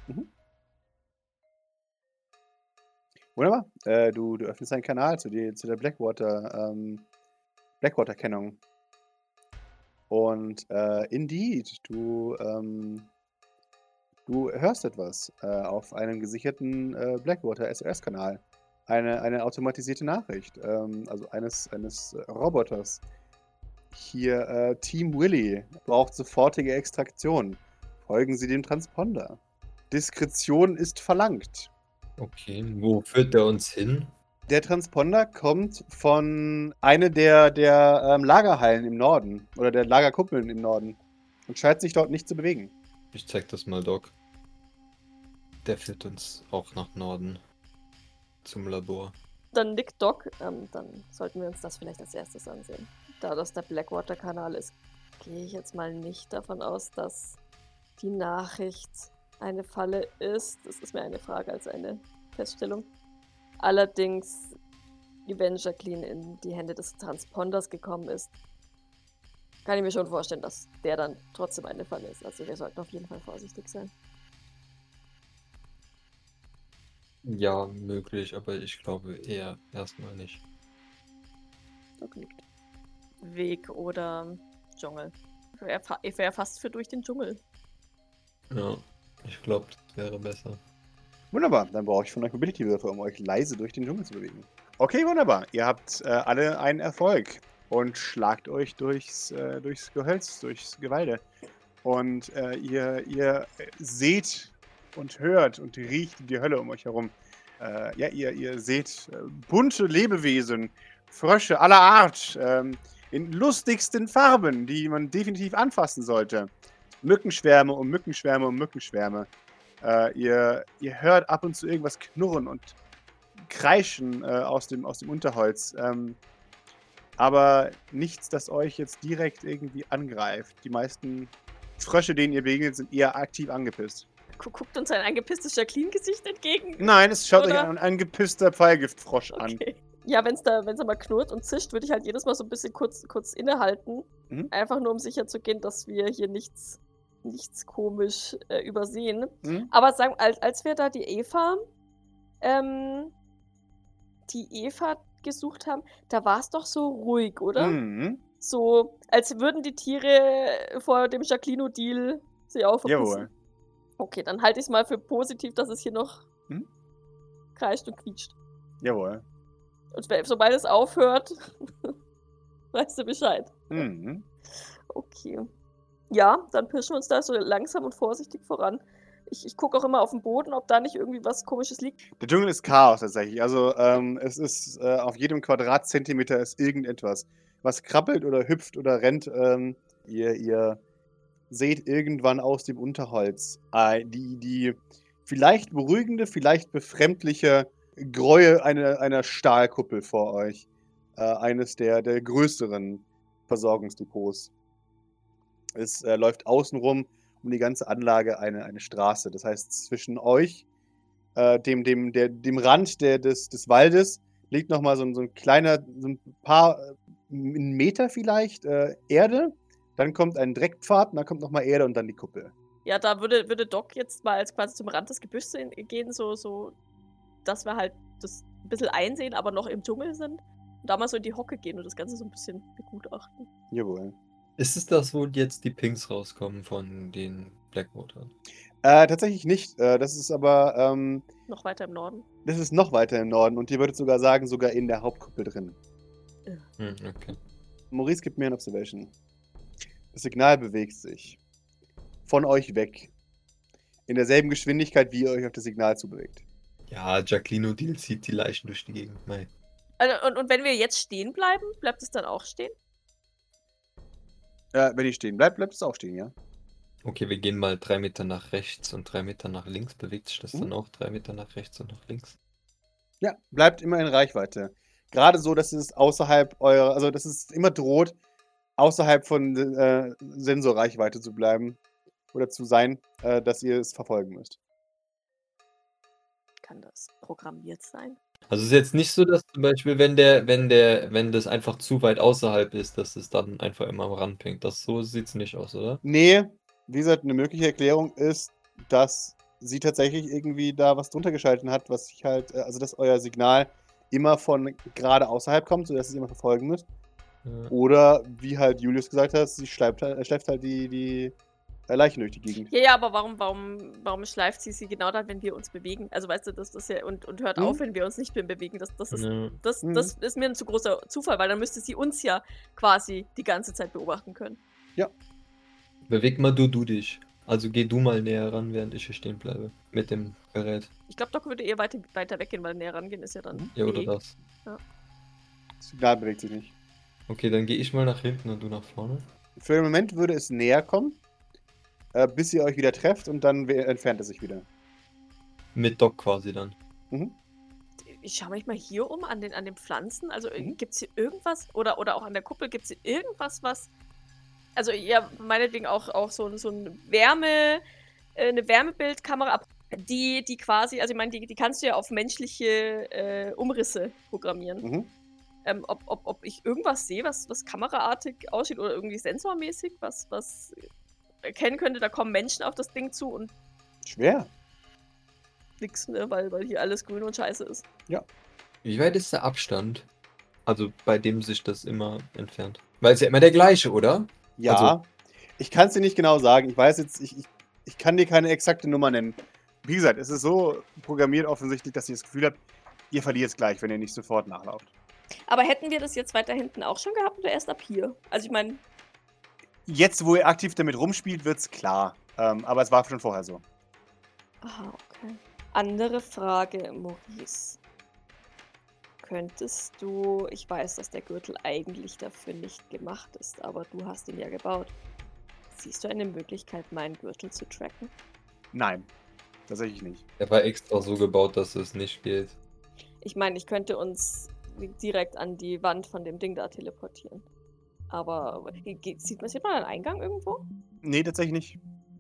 Wunderbar. Äh, du, du öffnest einen Kanal zu, die, zu der Blackwater, ähm, Blackwater-Kennung. Und äh, indeed, du, ähm, du hörst etwas äh, auf einem gesicherten äh, Blackwater S O S-Kanal. Eine, eine automatisierte Nachricht, ähm, also eines, eines äh, Roboters. Hier, äh, Team Willy braucht sofortige Extraktion. Folgen Sie dem Transponder. Diskretion ist verlangt. Okay, wo führt der uns hin? Der Transponder kommt von einer der, der ähm, Lagerhallen im Norden oder der Lagerkuppeln im Norden und scheint sich dort nicht zu bewegen. Ich zeig das mal Doc. Der führt uns auch nach Norden. Zum Labor. Dann nickt Doc. Ähm, dann sollten wir uns das vielleicht als erstes ansehen. Da das der Blackwater-Kanal ist, gehe ich jetzt mal nicht davon aus, dass die Nachricht eine Falle ist. Das ist mir eine Frage als eine Feststellung. Allerdings, wenn Jacqueline in die Hände des Transponders gekommen ist, kann ich mir schon vorstellen, dass der dann trotzdem eine Falle ist. Also wir sollten auf jeden Fall vorsichtig sein. Ja, möglich, aber ich glaube eher erstmal nicht. Doc nickt. Weg oder Dschungel. Ich wäre fa ich wär fast für durch den Dschungel. Ja, ich glaube, das wäre besser. Wunderbar, dann brauche ich von euch Mobility-Würfe, um euch leise durch den Dschungel zu bewegen. Okay, wunderbar. Ihr habt äh, alle einen Erfolg und schlagt euch durchs, äh, durchs Gehölz, durchs Gewalde. Und äh, ihr, ihr seht und hört und riecht die Hölle um euch herum. Äh, ja, ihr, ihr seht äh, bunte Lebewesen Frösche aller Art, ähm, in lustigsten Farben, die man definitiv anfassen sollte. Mückenschwärme und Mückenschwärme und Mückenschwärme. Äh, ihr, ihr hört ab und zu irgendwas knurren und kreischen äh, aus, dem, aus dem Unterholz. Ähm, aber nichts, das euch jetzt direkt irgendwie angreift. Die meisten Frösche, denen ihr begegnet, sind eher aktiv angepisst. Guckt uns ein angepisstes Jacqueline-Gesicht entgegen? Nein, es schaut Oder? euch ein angepisster Pfeilgiftfrosch an. Okay. Ja, wenn es da, wenn's da mal knurrt und zischt, würde ich halt jedes Mal so ein bisschen kurz, kurz innehalten. Mhm. Einfach nur, um sicher zu gehen, dass wir hier nichts, nichts komisch äh, übersehen. Mhm. Aber sagen, als, als wir da die Eva, ähm, die Eva gesucht haben, da war es doch so ruhig, oder? Mhm. So, als würden die Tiere vor dem Jacquino-Deal sich auch verpissen. Jawohl. Okay, dann halte ich es mal für positiv, dass es hier noch Mhm. kreischt und quietscht. Jawohl. Und we- sobald es aufhört, weißt du Bescheid. Mhm. Okay. Ja, dann pirschen wir uns da so langsam und vorsichtig voran. Ich, ich gucke auch immer auf den Boden, ob da nicht irgendwie was Komisches liegt. Der Dschungel ist Chaos tatsächlich. Also ähm, es ist äh, auf jedem Quadratzentimeter ist irgendetwas, was krabbelt oder hüpft oder rennt. Ähm, ihr, ihr seht irgendwann aus dem Unterholz äh, die, die vielleicht beruhigende, vielleicht befremdliche Gräue einer, einer Stahlkuppel vor euch. Äh, eines der, der größeren Versorgungsdepots. Es äh, läuft außenrum um die ganze Anlage eine, eine Straße. Das heißt, zwischen euch, äh, dem, dem, der, dem Rand der, des, des Waldes, liegt nochmal so, ein- so ein kleiner, so ein paar äh, einen Meter vielleicht äh, Erde. Dann kommt ein Dreckpfad und dann kommt nochmal Erde und dann die Kuppel. Ja, da würde, würde Doc jetzt mal als quasi zum Rand des Gebüsches in- gehen, so, so, dass wir halt das ein bisschen einsehen, aber noch im Dschungel sind. Und da mal so in die Hocke gehen und das Ganze so ein bisschen begutachten. Jawohl. Ist es das, wo jetzt die Pings rauskommen von den Blackwatern? Äh, tatsächlich nicht. Äh, das ist aber, ähm, Noch weiter im Norden. das ist noch weiter im Norden und ihr würdet sogar sagen, sogar in der Hauptkuppel drin. Hm, okay. Maurice gibt mir ein Observation. Das Signal bewegt sich von euch weg. In derselben Geschwindigkeit, wie ihr euch auf das Signal zubewegt. Ja, Jacqueline Deal zieht die Leichen durch die Gegend. Mei. Also, und, und wenn wir jetzt stehen bleiben, bleibt es dann auch stehen? Äh, wenn ihr stehen bleibt, bleibt es auch stehen, ja? Okay, wir gehen mal drei Meter nach rechts und drei Meter nach links. Bewegt sich das Mhm. dann auch drei Meter nach rechts und nach links? Ja, bleibt immer in Reichweite. Gerade so, dass es außerhalb eurer, also dass es immer droht, außerhalb von äh, Sensorreichweite zu bleiben oder zu sein, äh, dass ihr es verfolgen müsst. Kann das programmiert sein? Also es ist jetzt nicht so, dass zum Beispiel, wenn der, wenn der, wenn das einfach zu weit außerhalb ist, dass es dann einfach immer am Rand pinkt. Das so sieht's nicht aus, oder? Nee, wie gesagt, eine mögliche Erklärung ist, dass sie tatsächlich irgendwie da was drunter geschalten hat, was sich halt, äh, also dass euer Signal immer von gerade außerhalb kommt, sodass ihr es immer verfolgen müsst. Ja. Oder, wie halt Julius gesagt hat, sie schleift halt, äh, schleift halt die, die äh, Leichen durch die Gegend. Ja, ja, aber warum, warum, warum schleift sie sie genau dann, wenn wir uns bewegen? Also weißt du, das das ja und, und hört Hm? auf, wenn wir uns nicht mehr bewegen. Das, das, ist, Ja. das, Mhm. das ist mir ein zu großer Zufall, weil dann müsste sie uns ja quasi die ganze Zeit beobachten können. Beweg mal du, du dich. Also geh du mal näher ran, während ich hier stehen bleibe. Mit dem Gerät. Ich glaube, Doc würde eher weiter, weiter weggehen, weil näher rangehen ist ja dann. Ja, oder Weg. das. Das Signal bewegt sich nicht. Okay, dann gehe ich mal nach hinten und du nach vorne. Für den Moment würde es näher kommen, äh, bis ihr euch wieder trefft und dann we- entfernt es sich wieder. Mit Doc quasi dann. Mhm. Ich schaue mich mal hier um an den, an den Pflanzen. Also Mhm. gibt es hier irgendwas, oder, oder auch an der Kuppel, gibt es hier irgendwas, was. Also ja, meinetwegen auch, auch so, ein- so ein Wärme, äh, eine Wärmebildkamera, die, die quasi, also ich meine, die, die kannst du ja auf menschliche äh, Umrisse programmieren. Mhm. Ähm, ob, ob, ob ich irgendwas sehe, was, was kameraartig aussieht oder irgendwie sensormäßig, was, was erkennen könnte, da kommen Menschen auf das Ding zu und Schwer. nix, ne, weil, weil hier alles grün und scheiße ist. Wie weit ist der Abstand? Also bei dem sich das immer entfernt. Weil es ja immer der gleiche, oder? Ja. Also- Ich kann es dir nicht genau sagen. Ich weiß jetzt, ich, ich, ich kann dir keine exakte Nummer nennen. Wie gesagt, es ist so programmiert offensichtlich, dass ihr das Gefühl habt, ihr verliert es gleich, wenn ihr nicht sofort nachlauft. Aber hätten wir das jetzt weiter hinten auch schon gehabt oder erst ab hier? Also ich meine, Jetzt, wo ihr aktiv damit rumspielt, wird es klar. Ähm, aber es war schon vorher so. aha, okay. Andere Frage, Maurice. könntest du, ich weiß, dass der Gürtel eigentlich dafür nicht gemacht ist, aber du hast ihn ja gebaut. Siehst du eine Möglichkeit, meinen Gürtel zu tracken? Nein, tatsächlich nicht. Er war extra so gebaut, dass es nicht geht. Ich meine, ich könnte uns direkt an die Wand von dem Ding da teleportieren. Aber ge- sieht man, sieht man einen Eingang irgendwo? Nee, tatsächlich nicht.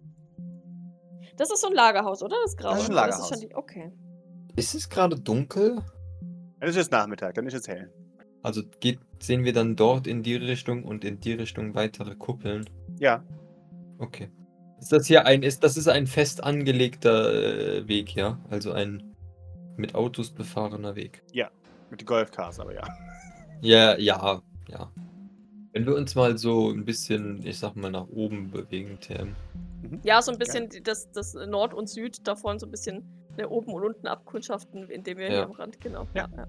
Das ist so ein Lagerhaus, oder? Das graue. Das ist ein Oder Lagerhaus. schon die, okay. Ist es gerade dunkel? Dann ist jetzt Nachmittag, dann ist jetzt hell. Also geht, sehen wir dann dort in die Richtung und in die Richtung weitere Kuppeln? Ja, Okay. Ist das hier ein, ist, das ist ein fest angelegter äh, Weg, ja? Also ein mit Autos befahrener Weg. mit den Golfcars, aber ja. Ja, ja, ja. Wenn wir uns mal so ein bisschen, ich sag mal, nach oben bewegen, Tim. Ja, so ein bisschen die- das, das Nord und Süd davon, so ein bisschen ne, oben und unten abkundschaften, indem wir Ja. hier am Rand, genau. Ja. Ja.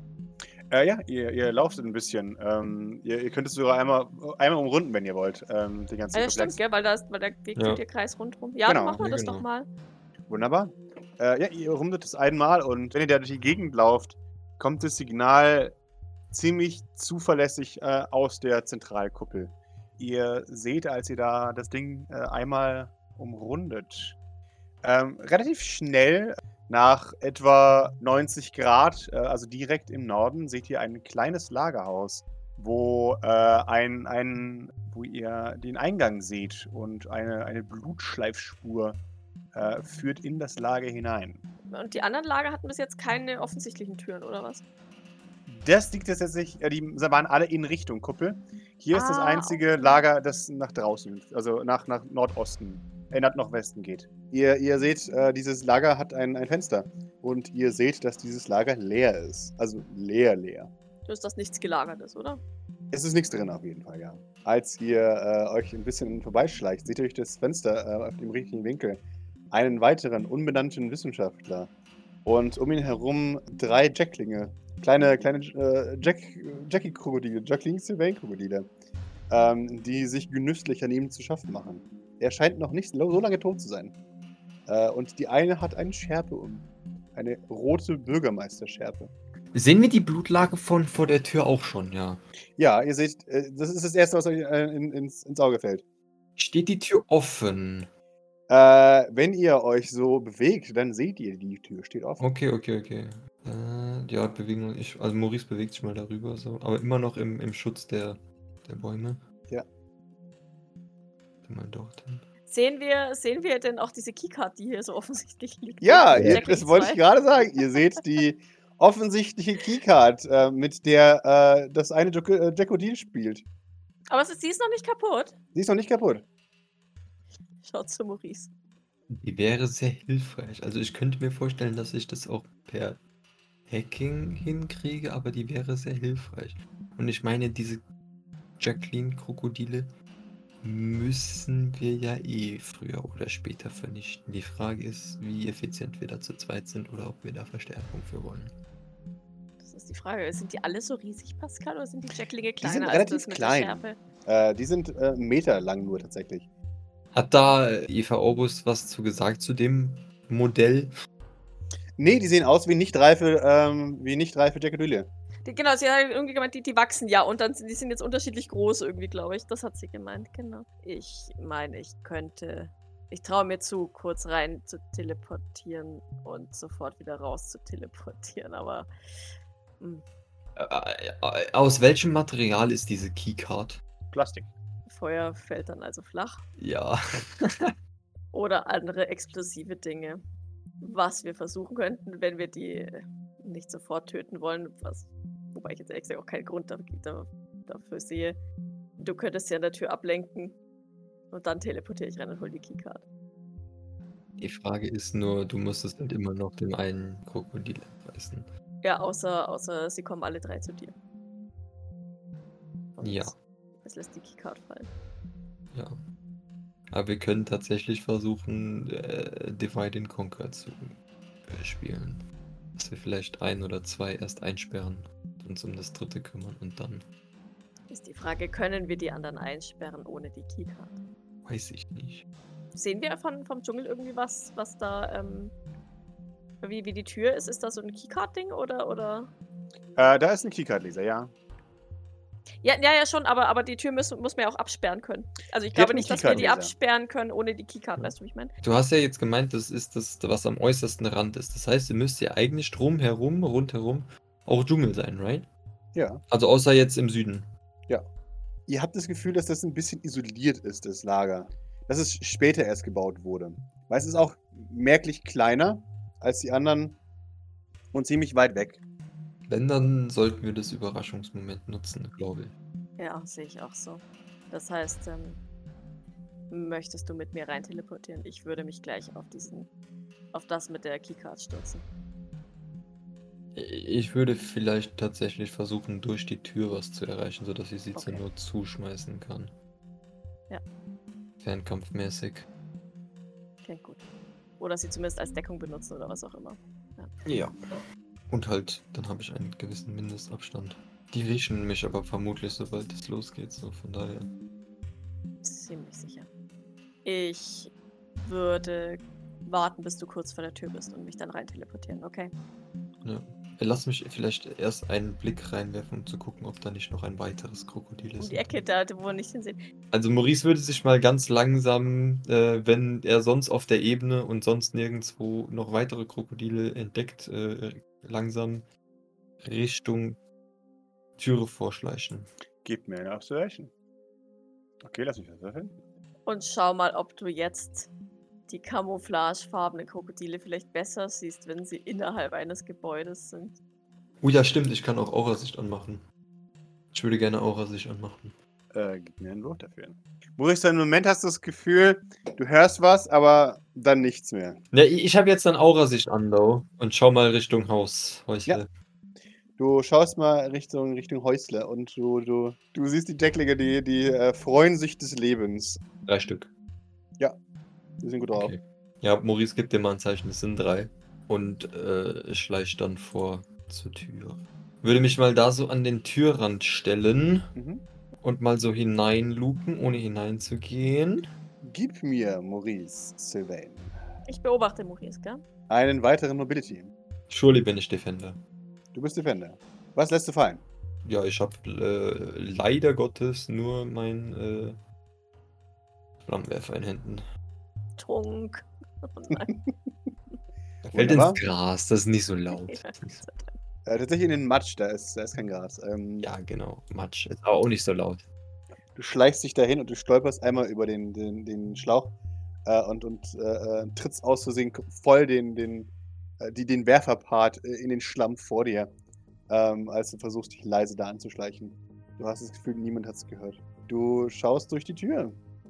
Äh, ja, ihr, ihr lauft ein bisschen. Ähm, ihr, ihr könnt es sogar einmal, einmal umrunden, wenn ihr wollt. Ähm, den ganzen Ja, das stimmt, Komplex. gell, weil, da ist, weil der Weg Ja. geht der Kreis rundherum. Ja, Genau. dann machen wir Ja, das genau. doch mal. Wunderbar. Äh, ja, ihr rundet es einmal und wenn ihr da durch die Gegend lauft, kommt das Signal ziemlich zuverlässig äh, aus der Zentralkuppel. Ihr seht, als ihr da das Ding äh, einmal umrundet, ähm, relativ schnell, nach etwa neunzig Grad, äh, also direkt im Norden, seht ihr ein kleines Lagerhaus, wo äh, ein, ein, wo ihr den Eingang seht und eine, eine Blutschleifspur äh, führt in das Lager hinein. Und die anderen Lager hatten bis jetzt keine offensichtlichen Türen, oder was? Das liegt jetzt nicht, äh, die waren alle in Richtung Kuppel. Hier ist das Ah, einzige okay. Lager, das nach draußen, also nach, nach Nordosten, äh, nach Nordwesten geht. Ihr, ihr seht, äh, dieses Lager hat ein, ein Fenster. Und ihr seht, dass dieses Lager leer ist. Also leer, leer. Du ist das nichts Gelagertes, oder? Es ist nichts drin auf jeden Fall, ja. Als ihr äh, euch ein bisschen vorbeischleicht, seht ihr durch das Fenster äh, auf dem richtigen Winkel einen weiteren unbenannten Wissenschaftler. Und um ihn herum drei Jacklinge. Kleine, kleine äh, Jack, Jackie-Krokodile, Jacqueline Sylvain-Krokodile, ähm, die sich genüsslich an ihm zu schaffen machen. Er scheint noch nicht so lange tot zu sein. Äh, und die eine hat einen Schärpe um. Eine rote Bürgermeisterschärpe. Sehen wir die Blutlage von vor der Tür auch schon, ja? Ja, ihr seht, äh, das ist das Erste, was euch äh, in, ins, ins Auge fällt. Steht die Tür offen? Äh, wenn ihr euch so bewegt, dann seht ihr, die Tür steht offen. Okay, okay, okay. Äh, ja, bewegen wir ich, also Maurice bewegt sich mal darüber, so, aber immer noch im, im Schutz der, der Bäume. Ja. Mal dorthin. Sehen wir, sehen wir denn auch diese Keycard, die hier so offensichtlich liegt? Ja, Ja. ihr, Jacqueline das wollte ich zwei. gerade sagen. Ihr seht die offensichtliche Keycard, äh, mit der äh, das eine Jack äh, Jacko Deal spielt. Aber es ist, sie ist noch nicht kaputt. Sie ist noch nicht kaputt. Schaut zu Maurice. Die wäre sehr hilfreich. Also ich könnte mir vorstellen, dass ich das auch per Hacking hinkriege, aber die wäre sehr hilfreich. Und ich meine, diese Jacqueline-Krokodile müssen wir ja eh früher oder später vernichten. Die Frage ist, wie effizient wir da zu zweit sind oder ob wir da Verstärkung für wollen. Das ist die Frage. Sind die alle so riesig, Pascal, oder sind die Jacklinge Die sind kleiner als relativ das mit klein. der Schärpe? Äh, die sind äh, einen Meter lang nur tatsächlich. Hat da Eva August was zu gesagt zu dem Modell? Nee, die sehen aus wie nicht reife, ähm, wie nicht reife Jacko Deal. Die, genau, sie hat irgendwie gemeint, die, die wachsen ja und dann sind die sind jetzt unterschiedlich groß irgendwie, glaube ich. Das hat sie gemeint, genau. Ich meine, ich könnte. Ich traue mir zu, kurz rein zu teleportieren und sofort wieder raus zu teleportieren, aber. Mh, Äh, äh, aus welchem Material ist diese Keycard? Plastik. Feuer fällt dann also flach. Ja. Oder andere explosive Dinge. Was wir versuchen könnten, wenn wir die nicht sofort töten wollen, was, wobei ich jetzt ehrlich gesagt auch keinen Grund dafür, dafür sehe. Du könntest sie an der Tür ablenken und dann teleportiere ich rein und hol die Keycard. Die Frage ist nur, du musstest halt immer noch dem einen Krokodil entreißen. Ja, außer, außer sie kommen alle drei zu dir. Und Ja. es lässt die Keycard fallen. Ja. Aber wir können tatsächlich versuchen, äh, Divide and Conquer zu äh, spielen. Dass wir vielleicht ein oder zwei erst einsperren, uns um das dritte kümmern und dann Ist die Frage, können wir die anderen einsperren ohne die Keycard? weiß ich nicht. Sehen wir von, vom Dschungel irgendwie was, was da, ähm, wie, wie die Tür ist? Ist das so ein Keycard-Ding oder, oder? Äh, da ist ein Keycard-Leser, ja. Ja, ja, ja, schon, aber, aber die Tür müssen, muss man ja auch absperren können. Also ich Die hat glaube einen nicht, dass wir die Keycard-Leser. absperren können ohne die Keycard, weißt du, wie ich meine? Du hast ja jetzt gemeint, das ist das, was am äußersten Rand ist. Das heißt, ihr müsst ja eigentlich drumherum, rundherum auch Dschungel sein, right? Ja. Also außer jetzt im Süden. Ihr habt das Gefühl, dass das ein bisschen isoliert ist, das Lager. Dass es später erst gebaut wurde. Weil es ist auch merklich kleiner als die anderen und ziemlich weit weg. Wenn, dann sollten wir das Überraschungsmoment nutzen, glaube ich. Ja, sehe ich auch so. Das heißt, ähm, möchtest du mit mir rein teleportieren? Ich würde mich gleich auf diesen, auf das mit der Keycard stürzen. Ich würde vielleicht tatsächlich versuchen, durch die Tür was zu erreichen, sodass ich sie zur Okay. Not zuschmeißen kann. Ja. Fernkampfmäßig. Klingt gut. Oder sie zumindest als Deckung benutzen oder was auch immer. Ja. Und halt, dann habe ich einen gewissen Mindestabstand. Die riechen mich aber vermutlich, sobald es losgeht, so von daher. Ziemlich sicher. Ich würde warten, bis du kurz vor der Tür bist und mich dann rein teleportieren, okay? Ja. Lass mich vielleicht erst einen Blick reinwerfen, um zu gucken, ob da nicht noch ein weiteres Krokodil Um ist. die Ecke, da wo wir nicht hinsehen. Also Maurice würde sich mal ganz langsam, äh, wenn er sonst auf der Ebene und sonst nirgendwo noch weitere Krokodile entdeckt, äh, langsam Richtung Türe vorschleichen. Gib mir eine Observation. Okay, lass mich das würfeln. Und schau mal, ob du jetzt die camouflagefarbenen Krokodile vielleicht besser siehst, wenn sie innerhalb eines Gebäudes sind. Oh ja, stimmt, ich kann auch Aurasicht anmachen. Ich würde gerne Aurasicht anmachen. Äh, gib mir einen Wurf dafür. Maurice, im Moment hast du das Gefühl, du hörst was, aber dann nichts mehr. Ne, ich ich habe jetzt dann Aurasicht an, though, und schau mal Richtung Haus. Heuchle. Ja. Du schaust mal Richtung, Richtung Häusle und du, du, du siehst die Decklinge, die, die äh, freuen sich des Lebens. Drei Stück. Die sind gut drauf. Okay. Ja, Maurice gibt dir mal ein Zeichen, es sind drei. Und äh, schleicht dann vor zur Tür. Würde mich mal da so an den Türrand stellen Mhm. und mal so hineinluken, ohne hineinzugehen. Gib mir, Maurice Sylvain, Ich beobachte Maurice, gell? einen weiteren Mobility. Surely bin ich Defender. Du bist Defender. Was lässt du fallen? Ja, ich habe äh, leider Gottes nur mein äh, Flammenwerfer in Händen. Trunk. Oh nein. Er fällt Wunderbar. ins Gras, das ist nicht so laut. Ja, Gott sei Dank. Äh, tatsächlich in den Matsch, da ist, da ist kein Gras. Ähm, Ja, genau. Matsch. Ist aber auch nicht so laut. Du schleichst dich dahin und du stolperst einmal über den, den, den Schlauch äh, und, und äh, äh, trittst aus Versehen voll den, den, äh, die, den Werferpart äh, in den Schlamm vor dir, ähm, als du versuchst, dich leise da anzuschleichen. Du hast das Gefühl, niemand hat es gehört. Du schaust durch die Tür.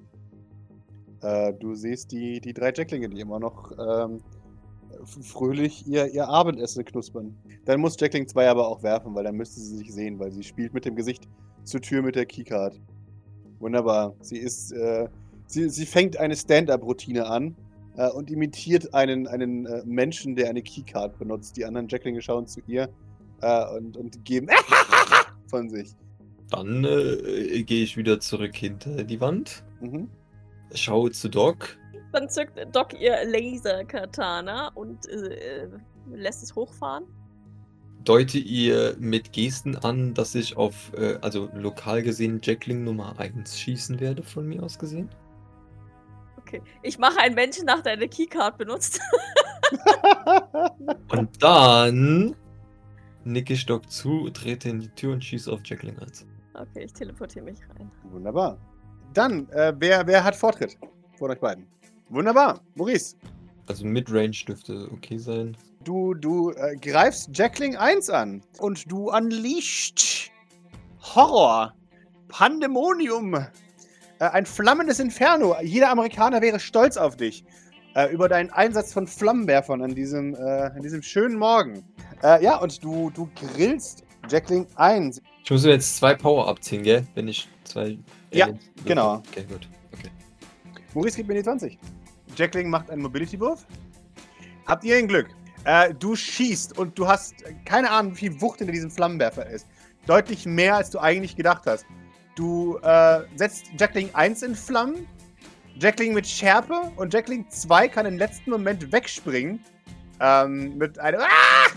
Äh, du siehst die, die drei Jacklinge, die immer noch ähm, f- fröhlich ihr, ihr Abendessen knuspern. Dann muss Jackling zwei aber auch werfen, weil dann müsste sie sich sehen, weil sie spielt mit dem Gesicht zur Tür mit der Keycard. Wunderbar. Sie ist, äh, sie, sie fängt eine Stand-up-Routine an äh, und imitiert einen, einen äh, Menschen, der eine Keycard benutzt. Die anderen Jacklinge schauen zu ihr äh, und, und geben von sich. Dann äh, gehe ich wieder zurück hinter die Wand, Mhm. schaue zu Doc. Dann zückt Doc ihr Laser-Katana und äh, lässt es hochfahren. Deute ihr mit Gesten an, dass ich auf, äh, also lokal gesehen, Jackling Nummer eins schießen werde, von mir aus gesehen. Okay. Ich mache einen Menschen nach, der eine Keycard benutzt. Und dann nicke ich Doc zu, trete in die Tür und schieße auf Jackling eins. Okay, ich teleportiere mich rein. Wunderbar. Dann, äh, wer, wer hat Vortritt von euch beiden? Wunderbar. Maurice, Also Midrange dürfte okay sein. du, du äh, greifst Jackling eins an und du unleasht Horror, Pandemonium, äh, ein flammendes Inferno. Jeder Amerikaner wäre stolz auf dich äh, über deinen Einsatz von Flammenwerfern an diesem, äh, an diesem schönen Morgen. Äh, ja, und du, du grillst Jackling eins. Ich muss mir jetzt zwei Power abziehen, gell? Wenn ich zwei. Ja, Aliens würfel. genau. Okay, gut. Okay. Maurice, gib mir die zwanzig. Jackling macht einen Mobility-Wurf. Habt ihr ein Glück? Äh, du schießt und du hast äh, keine Ahnung, wie viel Wucht hinter diesem Flammenwerfer ist. Deutlich mehr, als du eigentlich gedacht hast. Du äh, setzt Jackling eins in Flammen, Jackling mit Schärpe und Jackling zwei kann im letzten Moment wegspringen. Ähm, mit einem Ah!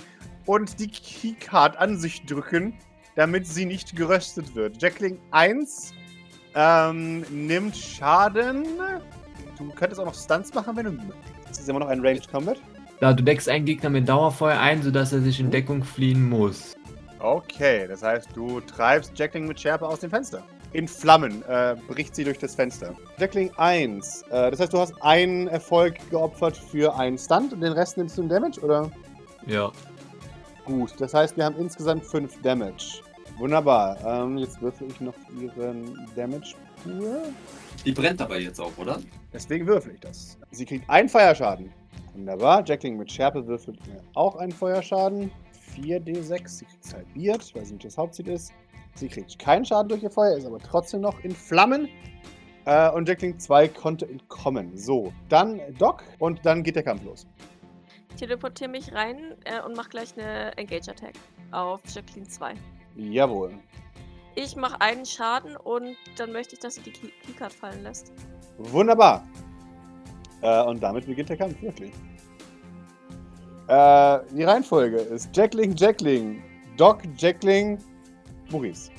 und die Keycard an sich drücken, damit sie nicht geröstet wird. Jackling eins ähm, nimmt Schaden. Du könntest auch noch Stunts machen, wenn du möchtest. Das ist immer noch ein Ranged Combat. Ja, du deckst einen Gegner mit Dauerfeuer ein, sodass er sich in Deckung fliehen muss. Okay, das heißt, du treibst Jackling mit Schärpe aus dem Fenster. In Flammen äh, bricht sie durch das Fenster. Jackling eins. Äh, das heißt, du hast einen Erfolg geopfert für einen Stunt und den Rest nimmst du in Damage, oder? Ja. Gut, das heißt, wir haben insgesamt fünf Damage. Wunderbar. Ähm, jetzt würfel ich noch ihren Damage-Pool. Die brennt aber jetzt auch, oder? Deswegen würfel ich das. Sie kriegt einen Feuerschaden. Wunderbar. Jackling mit Schärpe würfelt mir auch einen Feuerschaden. vier D sechs. Sie kriegt es halbiert, weil sie nicht das Hauptziel ist. Sie kriegt keinen Schaden durch ihr Feuer, ist aber trotzdem noch in Flammen. Äh, und Jackling zwei konnte entkommen. So, dann Doc und dann geht der Kampf los. Ich teleportiere mich rein äh, und mache gleich eine Engage-Attack auf Jacqueline zwei. Jawohl. Ich mache einen Schaden und dann möchte ich, dass sie die Key Keycard fallen lässt. Wunderbar. Äh, und damit beginnt der Kampf, wirklich. Äh, die Reihenfolge ist Jackling, Jackling, Doc, Jackling, Maurice.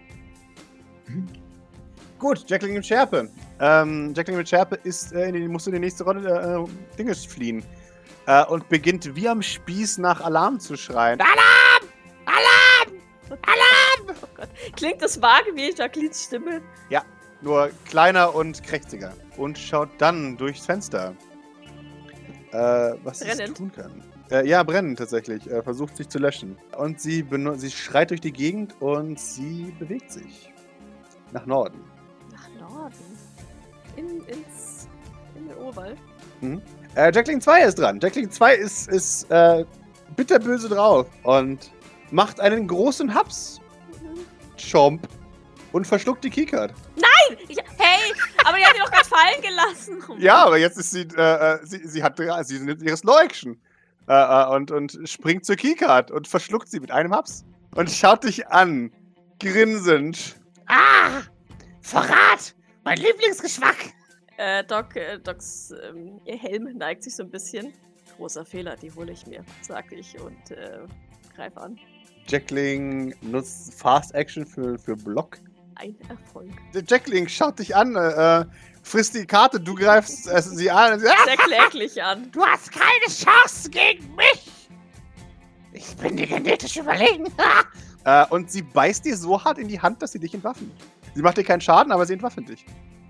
Mhm. Gut, Jackling mit Schärpe. Ähm, Jackling mit Schärpe ist, äh, in die, musst du in die nächste Runde äh, Dinges fliehen. Äh, und beginnt wie am Spieß nach Alarm zu schreien. Alarm! Alarm! Alarm! Oh Gott. Klingt das vage wie Jacquelines Stimme? Ja, nur kleiner und krächziger. Und schaut dann durchs Fenster. Äh, was sie Brennend. tun kann. Äh, ja, brennen tatsächlich. Äh, versucht sich zu löschen. Und sie, beno- sie schreit durch die Gegend und sie bewegt sich. Nach Norden. Nach Norden. In, ins, in den Urwald. Äh, Jackling zwei ist dran. Jackling zwei ist, ist äh, bitterböse drauf und macht einen großen Haps. Chomp. Und verschluckt die Keycard. Ich, hey, aber die hat die doch gerade fallen gelassen. Oh Ja, aber jetzt ist sie, äh, äh, sie, sie hat sie nimmt ihre Slow-Action äh, äh, und, und springt zur Keycard und verschluckt sie mit einem Haps. Und schaut dich an, grinsend. Ah! Verrat! Mein Lieblingsgeschmack! Äh, Doc, äh, Docs ähm, ihr Helm neigt sich so ein bisschen. Großer Fehler, die hole ich mir, sag ich und äh, greife an. Jackling nutzt Fast Action für, für Block. Ein Erfolg. Der Jackling schaut dich an, äh, frisst die Karte, du greifst äh, sie an. Und sie, ah, Sehr kläglich an. du hast keine Chance gegen mich! Ich bin dir genetisch überlegen. äh, und sie beißt dir so hart in die Hand, dass sie dich entwaffnet. Sie macht dir keinen Schaden, aber sie entwaffnet dich.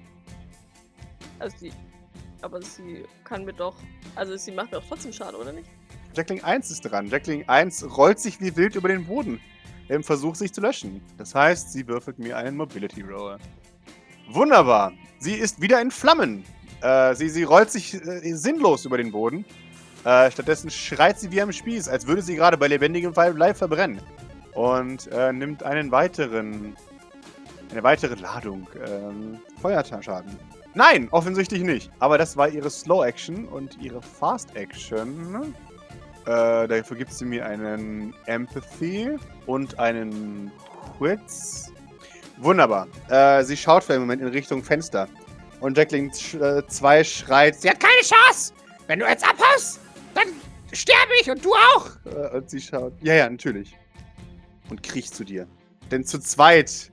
Also sie, aber sie kann mir doch, also sie macht mir doch trotzdem Schaden, oder nicht? Jackling eins ist dran. Jackling eins rollt sich wie wild über den Boden im Versuch, sich zu löschen. Das heißt, sie würfelt mir einen Mobility Roll. Wunderbar. Sie ist wieder in Flammen. Äh, sie, sie rollt sich äh, sinnlos über den Boden. Äh, stattdessen schreit sie wie am Spieß, als würde sie gerade bei lebendigem Leib verbrennen. Und äh, nimmt einen weiteren, eine weitere Ladung ähm, Feuerschaden. Nein, offensichtlich nicht. Aber das war ihre Slow Action und ihre Fast Action. Äh, dafür gibt sie mir einen Empathy und einen Wits. Wunderbar. Äh, sie schaut für einen Moment in Richtung Fenster. Und Jackling zwei äh, schreit, sie hat keine Chance! Wenn du jetzt abhaust, dann sterbe ich und du auch! Äh, und sie schaut, ja, ja, natürlich. Und kriecht zu dir. Denn zu zweit,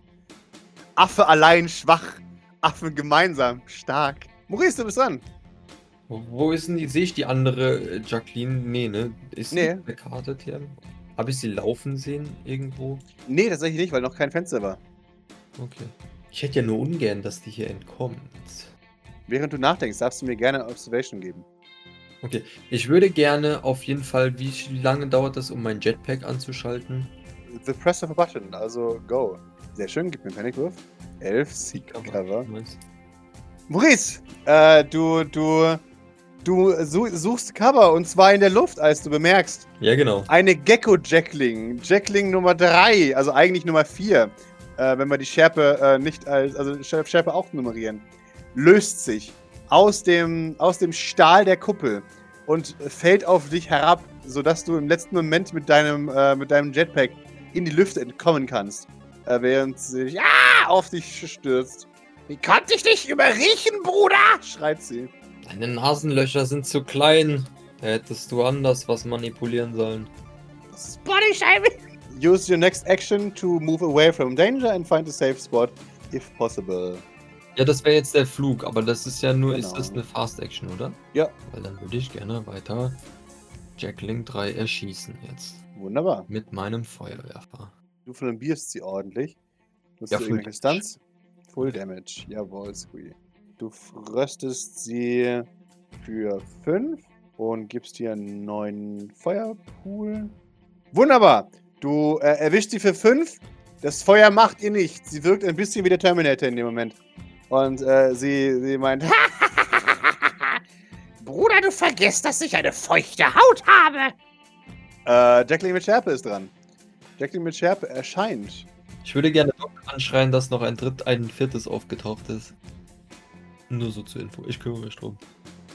Affe allein schwach, Affen gemeinsam stark. Maurice, du bist dran. Wo, wo ist denn die? Sehe ich die andere äh, Jacqueline? Nee, ne? Ist sie Nee. auf der Karte hier? Habe ich sie laufen sehen irgendwo? Nee, tatsächlich nicht, weil noch kein Fenster war. Okay. Ich hätte ja nur ungern, dass die hier entkommt. Während du nachdenkst, darfst du mir gerne eine Observation geben. Okay. Ich würde gerne auf jeden Fall, wie lange dauert das, um mein Jetpack anzuschalten? The press of a button, also go. Sehr schön, gib mir einen Panicwurf. elf, Seek Cover. Nice. Maurice, äh, du, du, du su suchst Cover und zwar in der Luft, als du bemerkst. Ja, genau. Eine Gecko-Jackling. Jackling Nummer drei, also eigentlich Nummer vier. Äh, wenn wir die Schärpe äh, nicht als, also Schär- Schärpe auch nummerieren. Löst sich aus dem, aus dem Stahl der Kuppel und fällt auf dich herab, sodass du im letzten Moment mit deinem, äh, mit deinem Jetpack in die Lüfte entkommen kannst. Äh, während sie sich ah, auf dich stürzt. Wie konnte ich dich überriechen, Bruder? Schreit sie. Deine Nasenlöcher sind zu klein. Da hättest du anders was manipulieren sollen. Spotty Scheibe! Use your next action to move away from danger and find a safe spot, if possible. Ja, das wäre jetzt der Flug, aber das ist ja nur, Genau. ist das eine Fast Action, oder? Ja. Weil dann würde ich gerne weiter Jackling drei erschießen jetzt. Wunderbar. Mit meinem Feuerwerfer. Du flambierst sie ordentlich. Nutzt Ja, du Full irgendwelche Stunts? Full Damage. Jawohl, Squee. Du fröstest sie für fünf und gibst ihr einen neuen Feuerpool. Wunderbar. Du äh, erwischst sie für fünf. Das Feuer macht ihr nichts. Sie wirkt ein bisschen wie der Terminator in dem Moment. Und äh, sie, sie meint, Bruder, du vergisst, dass ich eine feuchte Haut habe. Äh, Jackling mit Schärpe ist dran. Jackling mit Schärpe erscheint. Ich würde gerne Doc anschreien, dass noch ein dritt, ein viertes aufgetaucht ist. Nur so zur Info. Ich kümmere mich drum.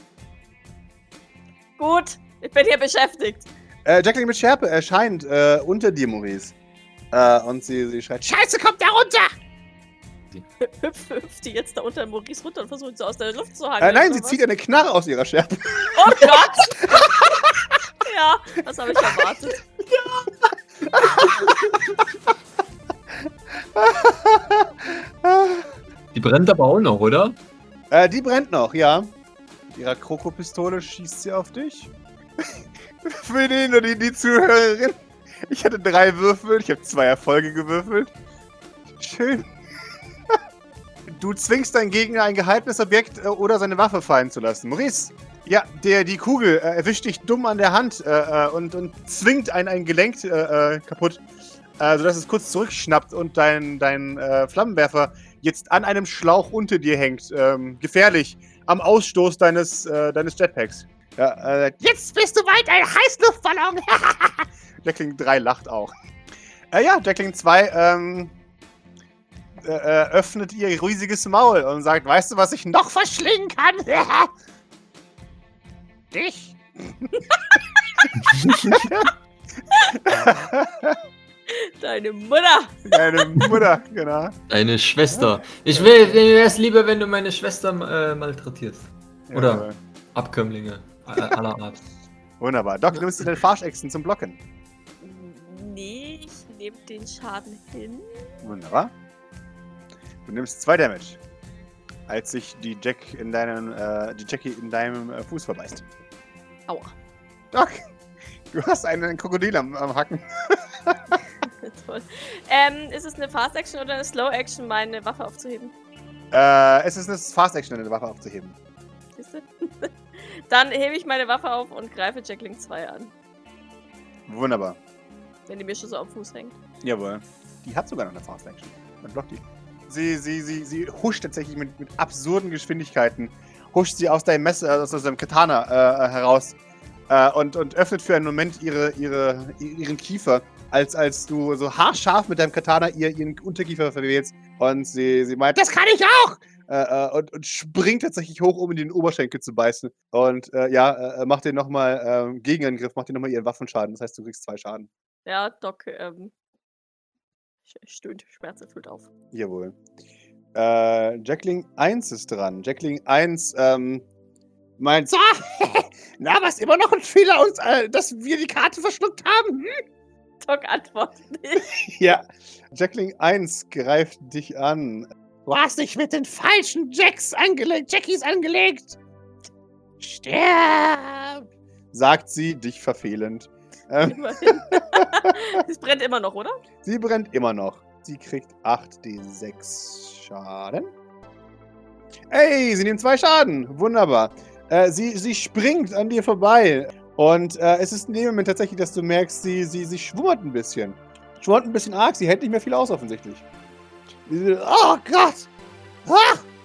Gut, ich bin hier beschäftigt. Äh, Jackling mit Schärpe erscheint äh, unter dir, Maurice. Äh, und sie, sie schreit, Scheiße, kommt da runter! Hüpf, hüpft die jetzt da unter Maurice runter und versucht sie aus der Luft zu Äh, hangeln. nein, oder sie was? zieht eine Knarre aus ihrer Schärpe. Oh Gott! Ja, das habe ich erwartet. Die brennt aber auch noch, oder? Äh, die brennt noch, ja. Mit ihrer Krokopistole schießt sie auf dich. Für den oder die, die Zuhörerin. Ich hatte drei Würfel, ich habe zwei Erfolge gewürfelt. Schön. Du zwingst deinen Gegner, ein gehaltenes Objekt äh, oder seine Waffe fallen zu lassen. Maurice, ja, der, die Kugel äh, erwischt dich dumm an der Hand äh, äh, und, und zwingt ein, ein Gelenk äh, äh, kaputt, äh, sodass es kurz zurückschnappt und dein, dein äh, Flammenwerfer jetzt an einem Schlauch unter dir hängt. Ähm, gefährlich. Am Ausstoß deines, äh, deines Jetpacks. Ja, äh, jetzt bist du weit, ein Heißluftballon! Jackling drei lacht auch. Äh, ja, Jackling zwei ähm, äh, äh, öffnet ihr riesiges Maul und sagt, weißt du, was ich noch verschlingen kann? Dich? Deine Mutter! Deine Mutter, genau. Deine Schwester. Ich will, mir wäre es lieber, wenn du meine Schwester äh, malträtierst. Oder Ja, Abkömmlinge äh, aller Art. wunderbar. Doc, nimmst du den Farsch-Action zum Blocken? Nee, ich nehme den Schaden hin. Wunderbar. Du nimmst zwei Damage, als sich die Jack in deinem, äh, die Jackie in deinem äh, Fuß verbeißt. Aua. Doc, du hast einen Krokodil am, am Hacken. Toll. Ähm, ist es eine Fast Action oder eine Slow Action, meine Waffe aufzuheben? Äh, es ist eine Fast-Action, eine Waffe aufzuheben. Siehst du? Dann hebe ich meine Waffe auf und greife Jackling zwei an. Wunderbar. Wenn die mir schon so am Fuß hängt. Jawohl. Die hat sogar noch eine Fast-Action. Man blockt die. Sie, sie, sie, sie huscht tatsächlich mit, mit absurden Geschwindigkeiten. Huscht sie aus deinem Messer, aus deinem Katana äh, heraus. Äh, und, und öffnet für einen Moment ihre, ihre, ihren Kiefer, als, als du so haarscharf mit deinem Katana ihr, ihren Unterkiefer verwählst. Und sie, sie meint, das kann ich auch! Äh, äh, und, und springt tatsächlich hoch, um in den Oberschenkel zu beißen. Und äh, ja, äh, macht dir nochmal äh, Gegenangriff, macht dir nochmal ihren Waffenschaden. Das heißt, du kriegst zwei Schaden. Ja, Doc, ähm, stöhnt schmerzerfüllt auf. Jawohl. Äh, Jackling eins ist dran. Jackling eins, ähm, meint, so, na, was immer noch ein Fehler, uns, äh, dass wir die Karte verschluckt haben? Hm? Doc antwortet nicht. Ja. Jackling eins greift dich an. Du hast dich mit den falschen Jacks angelegt, Jackies angelegt. Sterb! Sagt sie, dich verfehlend. Ähm, Immerhin. Es brennt immer noch, oder? sie brennt immer noch. Sie kriegt acht D sechs Schaden. Ey, sie nimmt zwei Schaden. Wunderbar. Äh, sie, sie springt an dir vorbei. Und äh, es ist in dem Moment tatsächlich, dass du merkst, sie, sie, sie schwummert ein bisschen. Schwummert ein bisschen arg. Sie hält nicht mehr viel aus, offensichtlich. Sie, oh Gott! Ah!